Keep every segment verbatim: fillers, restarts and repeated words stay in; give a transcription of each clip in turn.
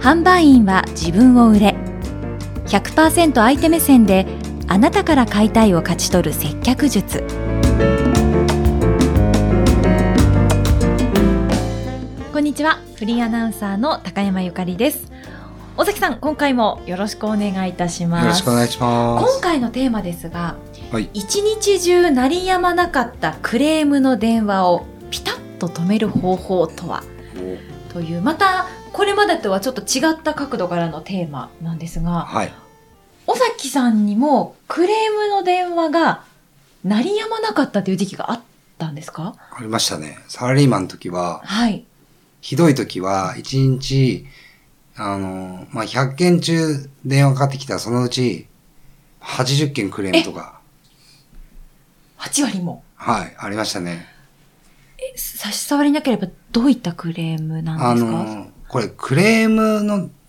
販売員は自分を売れ ひゃくパーセント 相手目線であなたから買いたいを勝ち取る接客術。こんにちは、フリーアナウンサーの高山ゆかりです。尾崎さん、今回もよろしくお願いいたします。 よろしくお願いします。 今回のテーマですが、 はい、 一日中鳴りやまなかったクレームの電話をピタッと止める方法とは、というまたこれまでとはちょっと違った角度からのテーマなんですが、 はい、 尾崎さんにもクレームの電話が鳴りやまなかったという時期があったんですか？ ありましたね。サラリーマンの時は、 はい、ひどい時はいちにちあの、まあ、ひゃっけん中電話かかってきたらそのうちはちじゅっけんクレームとか。 はち割も？ はい、ありましたね。 え、差し障りなければどういったクレームなんですか？ あの、これクレームのって、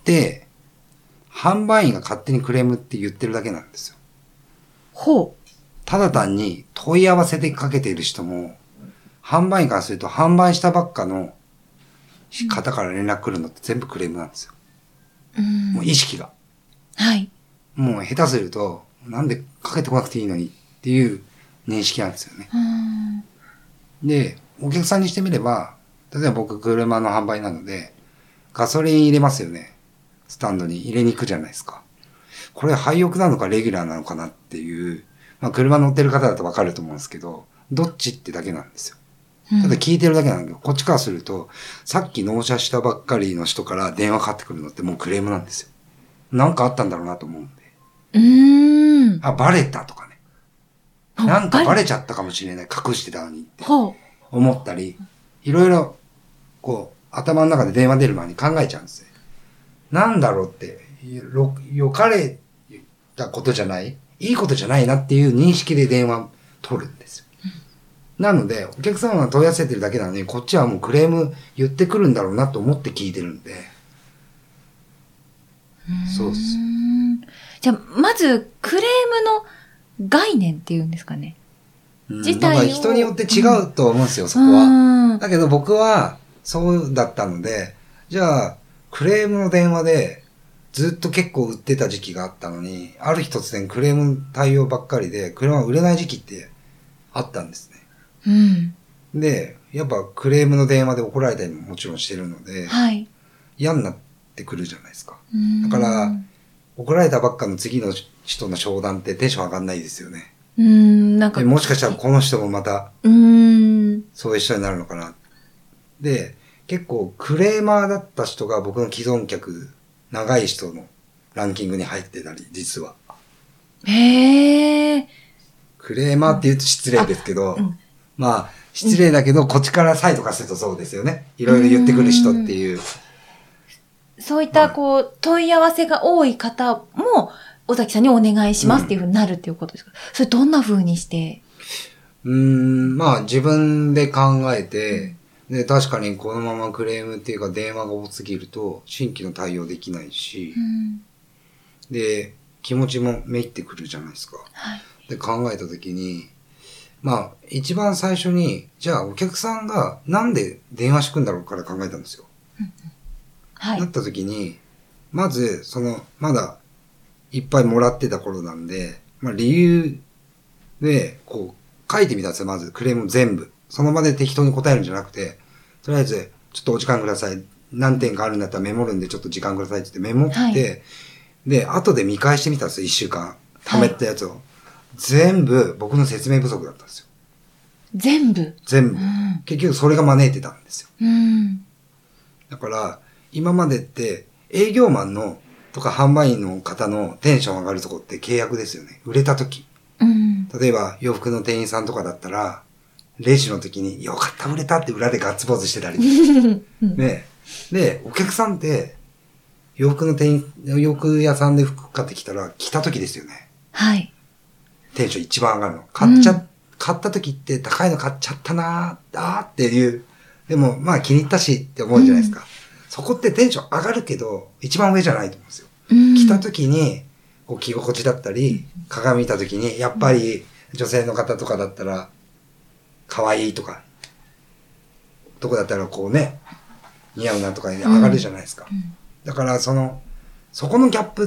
販売員が勝手にクレームって言ってるだけなんですよ。 ほう。 ただ単に問い合わせでかけている人も、販売員からすると販売したばっかの方から連絡来るのって全部クレームなんですよ。 うん、 もう意識が。 はい。 もう下手すると、なんでかけてこなくていいのにっていう認識なんですよね。 うん、 で、お客さんにしてみれば、例えば僕車の販売なので、ガソリン入れますよね。スタンドに入れに行くじゃないですか。これ廃屋なのかレギュラーなのかなっていう、まあ車乗ってる方だとわかると思うんですけど、どっちってだけなんですよ。ただ聞いてるだけなんだけど、こっちからすると、さっき納車したばっかりの人から電話かかってくるのってもうクレームなんですよ。なんかあったんだろうなと思うんで。 うーん。 あ、バレたとかね。なんかバレちゃったかもしれない。隠してたのにって思ったり、いろいろ、こう、頭の中で電話出る前に考えちゃうんですよ。なんだろうって、よ、よかれたことじゃない？いいことじゃないなっていう認識で電話取るんですよ。なので、お客様が問い合わせてるだけなのに、こっちはもうクレーム言ってくるんだろうなと思って聞いてるんで。 うそうです。 じゃあ、まず、クレームの概念っていうんですかね。 自体を。なんか人によって違うと思うんですよ、うん、そこは。だけど僕は、そうだったので、じゃあ、クレームの電話で、ずっと結構売ってた時期があったのに、ある日突然クレーム対応ばっかりで、車が売れない時期ってあったんですね。 うん、 で、やっぱクレームの電話で怒られたりももちろんしてるので、 はい、 嫌になってくるじゃないですか。だから、怒られたばっかの次の人の商談ってテンション上がんないですよね。 うーん、なんかもしかしたらこの人もまた、 うーん、 そういう人になるのかな。で、結構クレーマーだった人が僕の既存客、長い人のランキングに入ってたり、実は。 へー。 クレーマーって言うと失礼ですけど、うん、まあ、失礼だけど、こっちからサイドからするとそうですよね。いろいろ言ってくる人っていう。 うそういった、こう、問い合わせが多い方も、尾崎さんにお願いしますっていうふうになるっていうことですか？うん、それどんな風にして？ うーん、まあ、自分で考えて、うん、で、確かにこのままクレームっていうか電話が多すぎると、新規の対応できないし、うん、で、気持ちもめいってくるじゃないですか。 はい、 で、考えたときに、まあ、一番最初に、じゃあお客さんがなんで電話してくんだろうから考えたんですよ。 うん、はい。 なったときに、まず、その、まだいっぱいもらってた頃なんで、まあ理由で、こう、書いてみたんですよ、まず。クレーム全部。その場で適当に答えるんじゃなくて、とりあえず、ちょっとお時間ください。何点かあるんだったらメモるんでちょっと時間くださいって言ってメモって、はい、で、後で見返してみたんですよ、一週間。貯めたやつを。はい、全部、僕の説明不足だったんですよ。 全部全部、うん。結局それが招いてたんですよ。 うん、 だから、今までって、営業マンの、とか販売員の方のテンション上がるとこって契約ですよね。売れた時。 うん、 例えば、洋服の店員さんとかだったら、レジの時に、よかった売れたって裏でガッツポーズしてたり。ね。で、お客さんって、洋服の店員、洋服屋さんで服買ってきたら、着た時ですよね。 はい。 テンション一番上がるの。買っちゃ、うん、買った時って高いの買っちゃったなー、あーっていう。でも、まあ気に入ったしって思うじゃないですか。うん、そこってテンション上がるけど、一番上じゃないと思うんですよ。うん、着た時に、こう着心地だったり、鏡見た時に、やっぱり女性の方とかだったら、可愛いとか、どこだったらこうね、似合うなとかに上がるじゃないですか。うんうん、 だからその、そこのギャップって、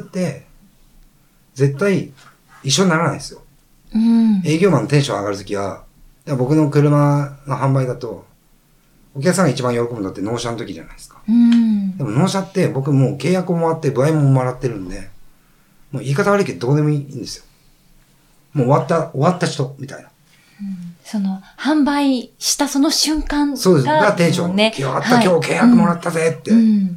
絶対一緒にならないですよ。 うん、 営業マンのテンション上がるときは、僕の車の販売だと、お客さんが一番喜ぶのって納車の時じゃないですか。 うん、 でも納車って僕もう契約ももらって、部合ももらってるんで、もう言い方悪いけどどうでもいいんですよ。もう終わった、終わった人、みたいな。 うん、その、販売したその瞬間が、 そうです。がテンション。ね、今日あった、はい、今日契約もらったぜって、うん。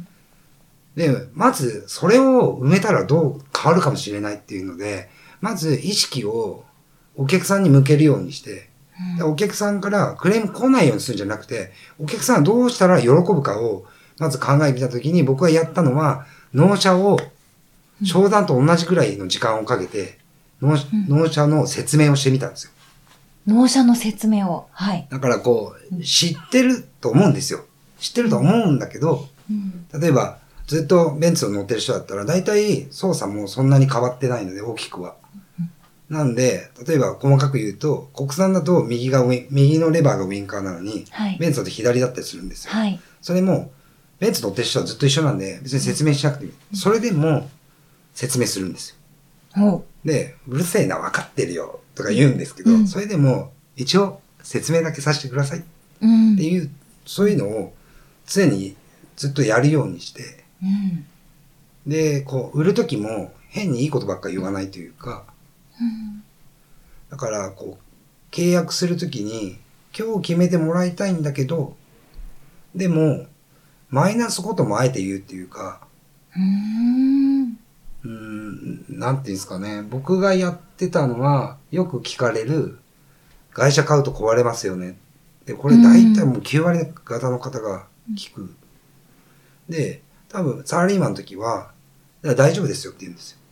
で、まず、それを埋めたらどう変わるかもしれないっていうので、まず意識をお客さんに向けるようにして、うん、お客さんからクレーム来ないようにするんじゃなくて、お客さんはどうしたら喜ぶかを、まず考えてみたときに、僕がやったのは、納車を、商談と同じくらいの時間をかけて、納、うん、納車の説明をしてみたんですよ。 納車の説明を。はい。 だからこう、知ってると思うんですよ。知ってると思うんだけど、うん、例えば、ずっとベンツを乗ってる人だったら、大体操作もそんなに変わってないので、大きくは。うん、なんで、例えば細かく言うと、国産だと右がウィン、右のレバーがウィンカーなのに、はい、ベンツだと左だったりするんですよ。はい、それも、ベンツ乗ってる人はずっと一緒なんで、別に説明しなくていい。うん、それでも、説明するんですよ。で、うるせえな、分かってるよ、とか言うんですけど、うん、それでも、一応、説明だけさせてください。っていう、うん、そういうのを、常にずっとやるようにして、うん、で、こう、売るときも、変にいいことばっかり言わないというか、うん、だから、こう、契約するときに、今日決めてもらいたいんだけど、でも、マイナスこともあえて言うっていうか、うーんうーん、なんていうんですかね。僕がやってたのは、よく聞かれる、外車買うと壊れますよね。で、これ大体もうきゅう割方の方が聞く。うん、で、多分、サラリーマンの時は、大丈夫ですよって言うんですよ。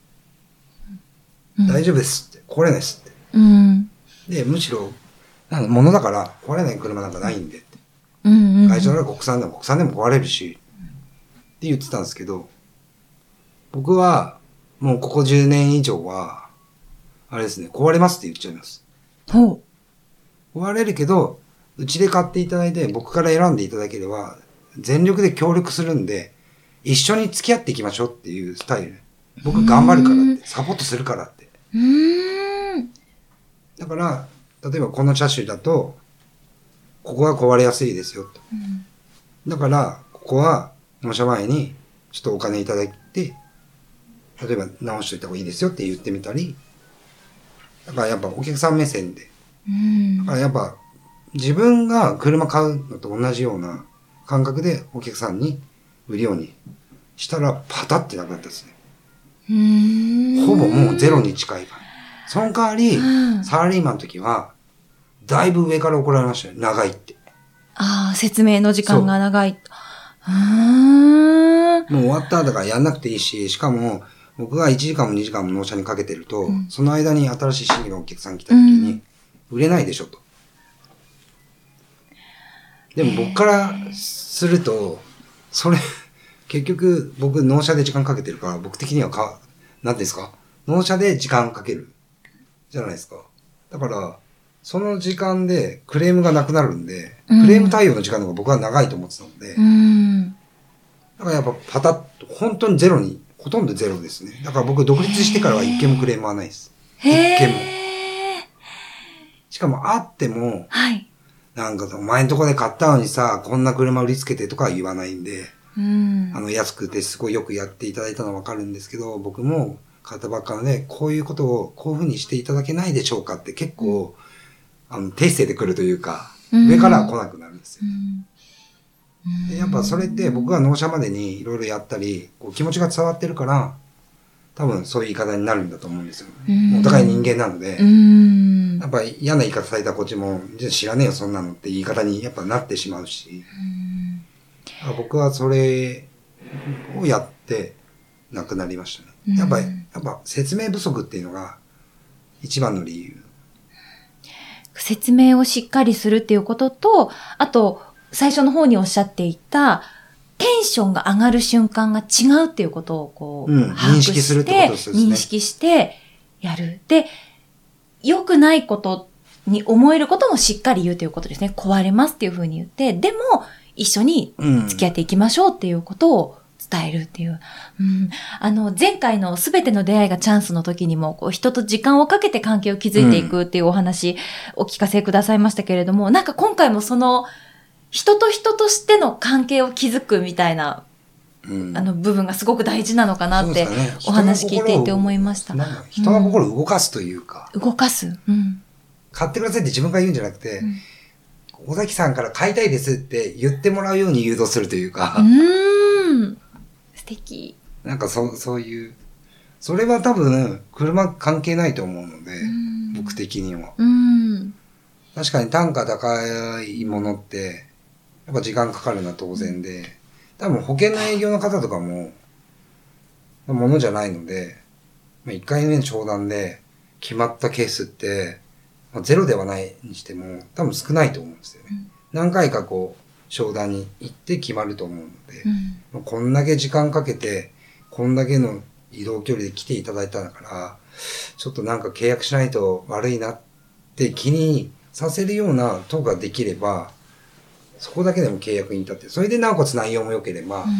うん、大丈夫ですって。壊れないですって。うん、で、むしろ、なんか物だから壊れない車なんかないんでって。うんうんうん、外車なら国産でも国産でも壊れるし、って言ってたんですけど、僕は、もうここじゅうねん以上は、あれですね、壊れますって言っちゃいます。ほう。壊れるけど、うちで買っていただいて、僕から選んでいただければ、全力で協力するんで、一緒に付き合っていきましょうっていうスタイル。僕頑張るからって、サポートするからって。うーん。だから、例えばこの車種だと、ここが壊れやすいですよと。うん、だから、ここは、納車前に、ちょっとお金いただいて、例えば直しといた方がいいですよって言ってみたり、だからやっぱお客さん目線で。うん、だからやっぱ自分が車買うのと同じような感覚でお客さんに売るようにしたらパタってなくなったですね。うーんほぼもうゼロに近い感じ。その代わり、うん、サラリーマンの時は、だいぶ上から怒られましたよ。長いって。 ああ、説明の時間が長い。うーんもう終わっただからやんなくていいし、しかも、僕がいちじかんもにじかんも納車にかけてると、うん、その間に新しい新規のお客さん来た時に、売れないでしょと。でも僕からすると、それ、結局僕納車で時間かけてるから、僕的にはか、なんていうんですか、納車で時間かける。じゃないですか。だから、その時間でクレームがなくなるんで、クレーム対応の時間の方が僕は長いと思ってたので、うん、だからやっぱパタッと、本当にゼロに、ほとんどゼロですね。だから僕独立してからは一件もクレームはないです。一件も。しかもあっても、はい、なんかお前んとこで買ったのにさ、こんな車売りつけてとかは言わないんで、うん、あの安くてすごいよくやっていただいたのはわかるんですけど、僕も買ったばっかので、こういうことをこういうふうにしていただけないでしょうかって結構、うん、あの、訂正で来るというか、上からは来なくなるんですよ。うんでやっぱそれって僕が納車までにいろいろやったり、こう気持ちが伝わってるから、多分そういう言い方になるんだと思うんですよ。お互い人間なので、やっぱ嫌な言い方されたこっちも、知らねえよそんなのって言い方にやっぱなってしまうし、僕はそれをやってなくなりましたね。やっぱり、やっぱ説明不足っていうのが一番の理由。 説明をしっかりするっていうことと、あと、最初の方におっしゃっていた、テンションが上がる瞬間が違うっていうことをこう、うん、把握して、認識するってことですね。認識してやる。で、良くないことに思えることもしっかり言うということですね。壊れますっていうふうに言って、でも一緒に付き合っていきましょうっていうことを伝えるっていう。うん、あの、前回のすべての出会いがチャンスの時にも、こう人と時間をかけて関係を築いていくっていうお話、お聞かせくださいましたけれども、なんか今回もその、人と人としての関係を築くみたいな、うん、あの部分がすごく大事なのかなって、ね、お話聞いていて思いました。 人の心を動かすというか。 うん、動かす。うん。 買ってくださいって自分から言うんじゃなくて、うん、尾崎さんから買いたいですって言ってもらうように誘導するというか。 うーん。素敵。 なんかそ、そういう、それは多分、車関係ないと思うので、僕的には。 うん確かに単価高いものって、やっぱ時間かかるのは当然で、多分保険の営業の方とかも、ものじゃないので、いっかいめの商談で決まったケースって、まあ、ゼロではないにしても、多分少ないと思うんですよね。うん、何回かこう、商談に行って決まると思うので、うん、こんだけ時間かけて、こんだけの移動距離で来ていただいたんだから、ちょっとなんか契約しないと悪いなって気にさせるようなトークができれば、そこだけでも契約に至って、それでなおかつ内容も良ければ、うん、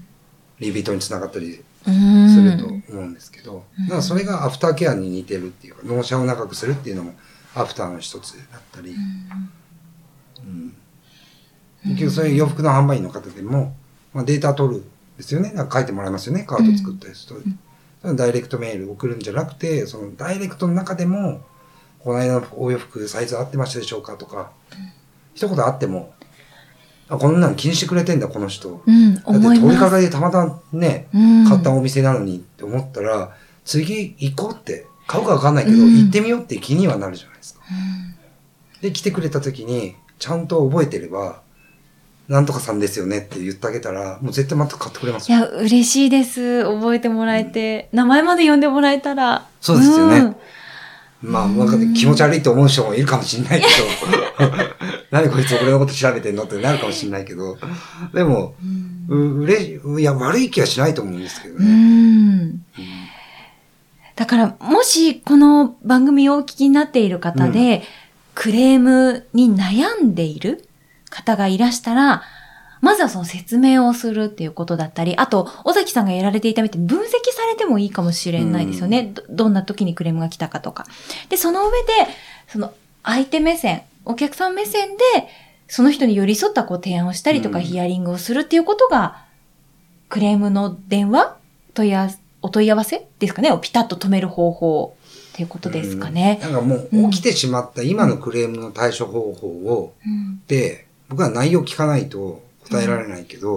リピートにつながったりすると思うんですけど、うん、だからそれがアフターケアに似てるっていうか、納車を長くするっていうのもアフターの一つだったり、うんうん結局そういう洋服の販売員の方でも、まあ、データ取るんですよね。なんか書いてもらいますよね。カード作ったりすると。うん、ダイレクトメール送るんじゃなくて、そのダイレクトの中でも、この間のお洋服サイズ合ってましたでしょうかとか、うん、一言あっても、あ、こんなの気にしてくれてんだ、この人。 うん、思います。 だって通りかかりでたまたまね、うん、買ったお店なのにって思ったら、次行こうって、買うかわかんないけど、うん、行ってみようって気にはなるじゃないですか。うん、で、来てくれた時に、ちゃんと覚えてれば、なんとかさんですよねって言ってあげたら、もう絶対また買ってくれますよ。いや、嬉しいです。覚えてもらえて。うん、名前まで呼んでもらえたら。 そうですよね。うん、まあ、わかって気持ち悪いと思う人もいるかもしれないけど、何こいつ俺のこと調べてんのってなるかもしれないけど、でも、うん、う、うれしい、いや、悪い気はしないと思うんですけどね。うんうんだから、もし、この番組をお聞きになっている方で、うん、クレームに悩んでいる方がいらしたら、まずはその説明をするっていうことだったり、あと、尾崎さんがやられていたみたいに分析されてもいいかもしれないですよね。ど、どんな時にクレームが来たかとか。で、その上で、その相手目線、お客さん目線で、その人に寄り添ったこう提案をしたりとか、ヒアリングをするっていうことが、クレームの電話問い合わせ、お問い合わせですかねをピタッと止める方法っていうことですかね。 なんかもう起きてしまった今のクレームの対処方法を、うん、で、僕は内容聞かないと答えられないけど、うん、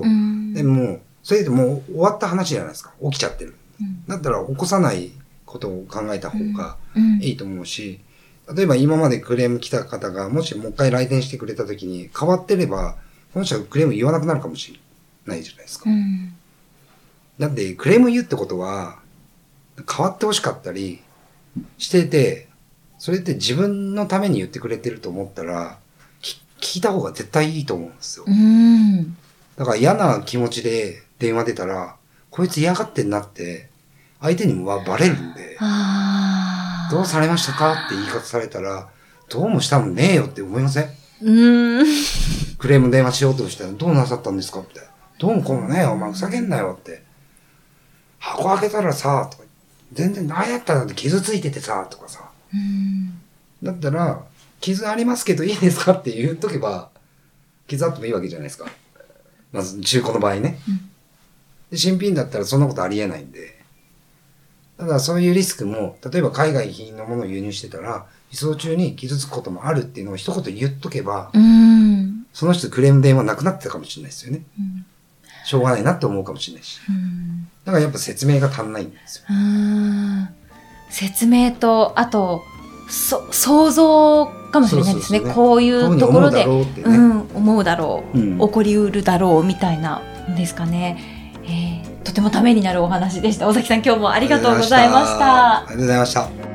でも、それでもう終わった話じゃないですか。起きちゃってる。うん、だったら起こさないことを考えた方がいいと思うし、例えば今までクレーム来た方がもしもう一回来店してくれた時に変わってれば、この人はクレーム言わなくなるかもしれないじゃないですか。うん、だってクレーム言うってことは変わってほしかったりしてて、それって自分のために言ってくれてると思ったら、聞いた方が絶対いいと思うんですよ。うん。だから嫌な気持ちで電話出たら、こいつ嫌がってんなって、相手にもバレるんで、どうされましたかって言い方されたら、どうもしたもんねえよって思いません？うん。クレーム電話しようとしたら、どうなさったんですかって。どうもこうもねえよ、お前ふざけんなよって。箱開けたらさ、とか、全然何やったら傷ついててさ、とかさ。うん。だったら、傷ありますけどいいですかって言っとけば、傷あってもいいわけじゃないですか。まず中古の場合ね。うん、で新品だったらそんなことありえないんで。ただそういうリスクも、例えば海外品のものを輸入してたら、輸送中に傷つくこともあるっていうのを一言言っとけば、うん、その人クレーム電話なくなってたかもしれないですよね。うん、しょうがないなって思うかもしれないし。うん、だからやっぱ説明が足んないんですよ。 うん説明と、あと、そ想像かもしれないですね。そうそうそうねこういうところでこういうふうに思うだろうってね、うん、思うだろう、うん、起こりうるだろうみたいなですかね、えー。とてもためになるお話でした。尾崎さん今日もありがとうございました。 ありがとうございました。